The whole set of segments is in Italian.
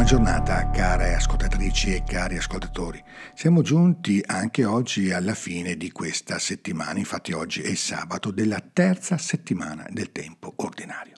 Buona giornata care ascoltatrici e cari ascoltatori. Siamo giunti anche oggi alla fine di questa settimana, infatti oggi è il sabato della terza settimana del tempo ordinario.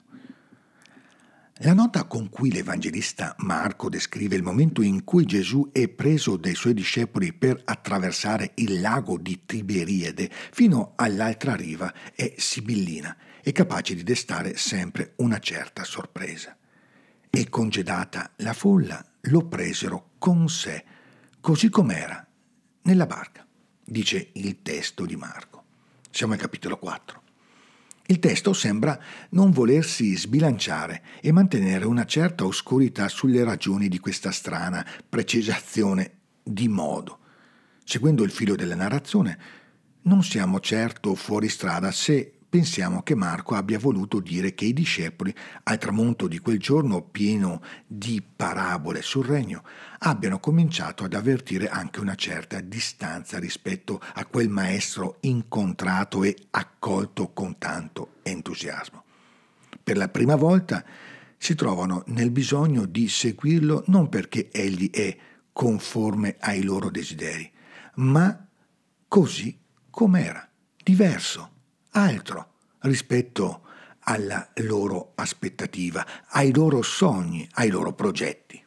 La nota con cui l'Evangelista Marco descrive il momento in cui Gesù è preso dai suoi discepoli per attraversare il lago di Tiberiade fino all'altra riva è sibillina e capace di destare sempre una certa sorpresa. E congedata la folla, lo presero con sé, così com'era, nella barca, dice il testo di Marco. Siamo al capitolo 4. Il testo sembra non volersi sbilanciare e mantenere una certa oscurità sulle ragioni di questa strana precisazione di modo. Seguendo il filo della narrazione, non siamo certo fuori strada se pensiamo che Marco abbia voluto dire che i discepoli, al tramonto di quel giorno pieno di parabole sul regno, abbiano cominciato ad avvertire anche una certa distanza rispetto a quel maestro incontrato e accolto con tanto entusiasmo. Per la prima volta si trovano nel bisogno di seguirlo non perché egli è conforme ai loro desideri, ma così com'era, diverso, altro rispetto alla loro aspettativa, ai loro sogni, ai loro progetti.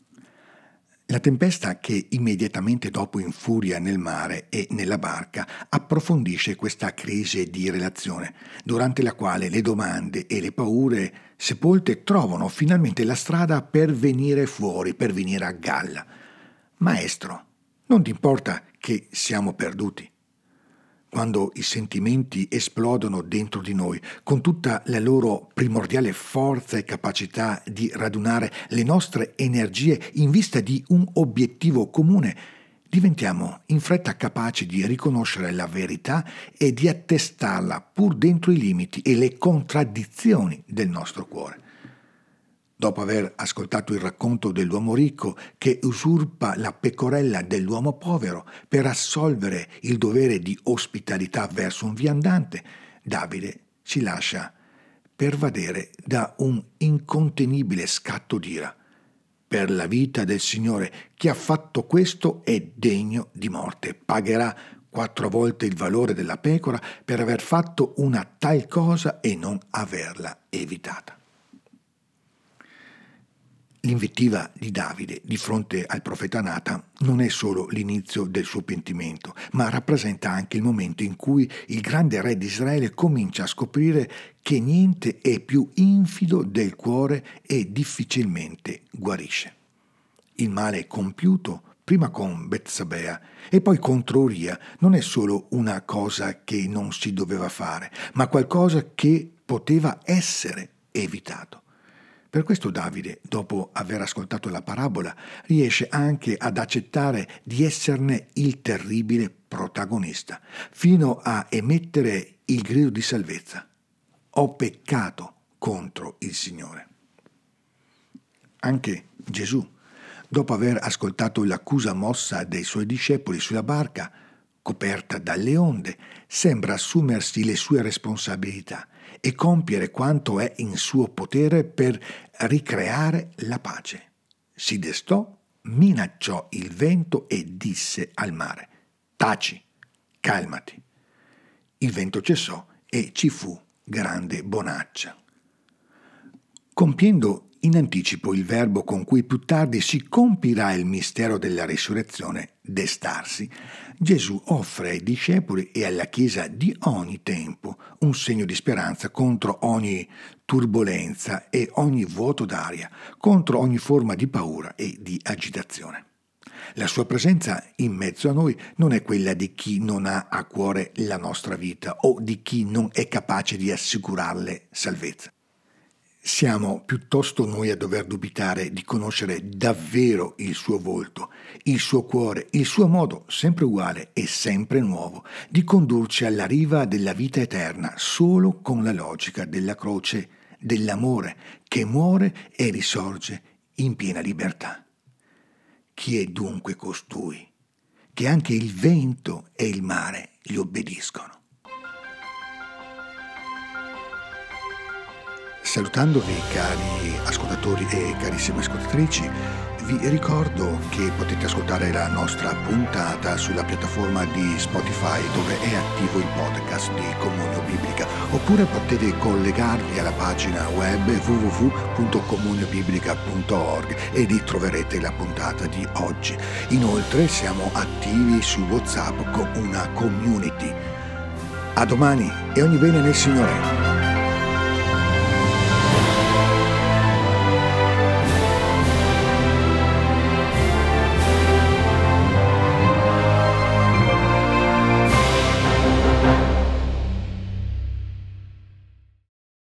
La tempesta che immediatamente dopo infuria nel mare e nella barca approfondisce questa crisi di relazione, durante la quale le domande e le paure sepolte trovano finalmente la strada per venire fuori, per venire a galla. Maestro, non ti importa che siamo perduti? Quando i sentimenti esplodono dentro di noi, con tutta la loro primordiale forza e capacità di radunare le nostre energie in vista di un obiettivo comune, diventiamo in fretta capaci di riconoscere la verità e di attestarla pur dentro i limiti e le contraddizioni del nostro cuore. Dopo aver ascoltato il racconto dell'uomo ricco che usurpa la pecorella dell'uomo povero per assolvere il dovere di ospitalità verso un viandante, Davide si lascia pervadere da un incontenibile scatto d'ira. Per la vita del Signore, chi ha fatto questo è degno di morte, pagherà 4 volte il valore della pecora per aver fatto una tal cosa e non averla evitata. L'invettiva di Davide di fronte al profeta Natan non è solo l'inizio del suo pentimento, ma rappresenta anche il momento in cui il grande re di Israele comincia a scoprire che niente è più infido del cuore e difficilmente guarisce. Il male compiuto, prima con Betsabea e poi contro Uria, non è solo una cosa che non si doveva fare, ma qualcosa che poteva essere evitato. Per questo Davide, dopo aver ascoltato la parabola, riesce anche ad accettare di esserne il terribile protagonista, fino a emettere il grido di salvezza. Ho peccato contro il Signore. Anche Gesù, dopo aver ascoltato l'accusa mossa dai suoi discepoli sulla barca, coperta dalle onde, sembra assumersi le sue responsabilità e compiere quanto è in suo potere per ricreare la pace. Si destò, minacciò il vento e disse al mare: taci, calmati. Il vento cessò e ci fu grande bonaccia. Compiendo in anticipo il verbo con cui più tardi si compirà il mistero della risurrezione, destarsi, Gesù offre ai discepoli e alla Chiesa di ogni tempo un segno di speranza contro ogni turbolenza e ogni vuoto d'aria, contro ogni forma di paura e di agitazione. La sua presenza in mezzo a noi non è quella di chi non ha a cuore la nostra vita o di chi non è capace di assicurarle salvezza. Siamo piuttosto noi a dover dubitare di conoscere davvero il suo volto, il suo cuore, il suo modo, sempre uguale e sempre nuovo, di condurci alla riva della vita eterna solo con la logica della croce, dell'amore che muore e risorge in piena libertà. Chi è dunque costui, che anche il vento e il mare gli obbediscono? Salutandovi cari ascoltatori e carissime ascoltatrici, Vi ricordo che potete ascoltare la nostra puntata sulla piattaforma di Spotify, dove è attivo il podcast di Comunio Biblica, oppure potete collegarvi alla pagina web www.comuniobiblica.org e lì troverete la puntata di oggi. Inoltre siamo attivi su WhatsApp con una community. A domani e ogni bene nel Signore.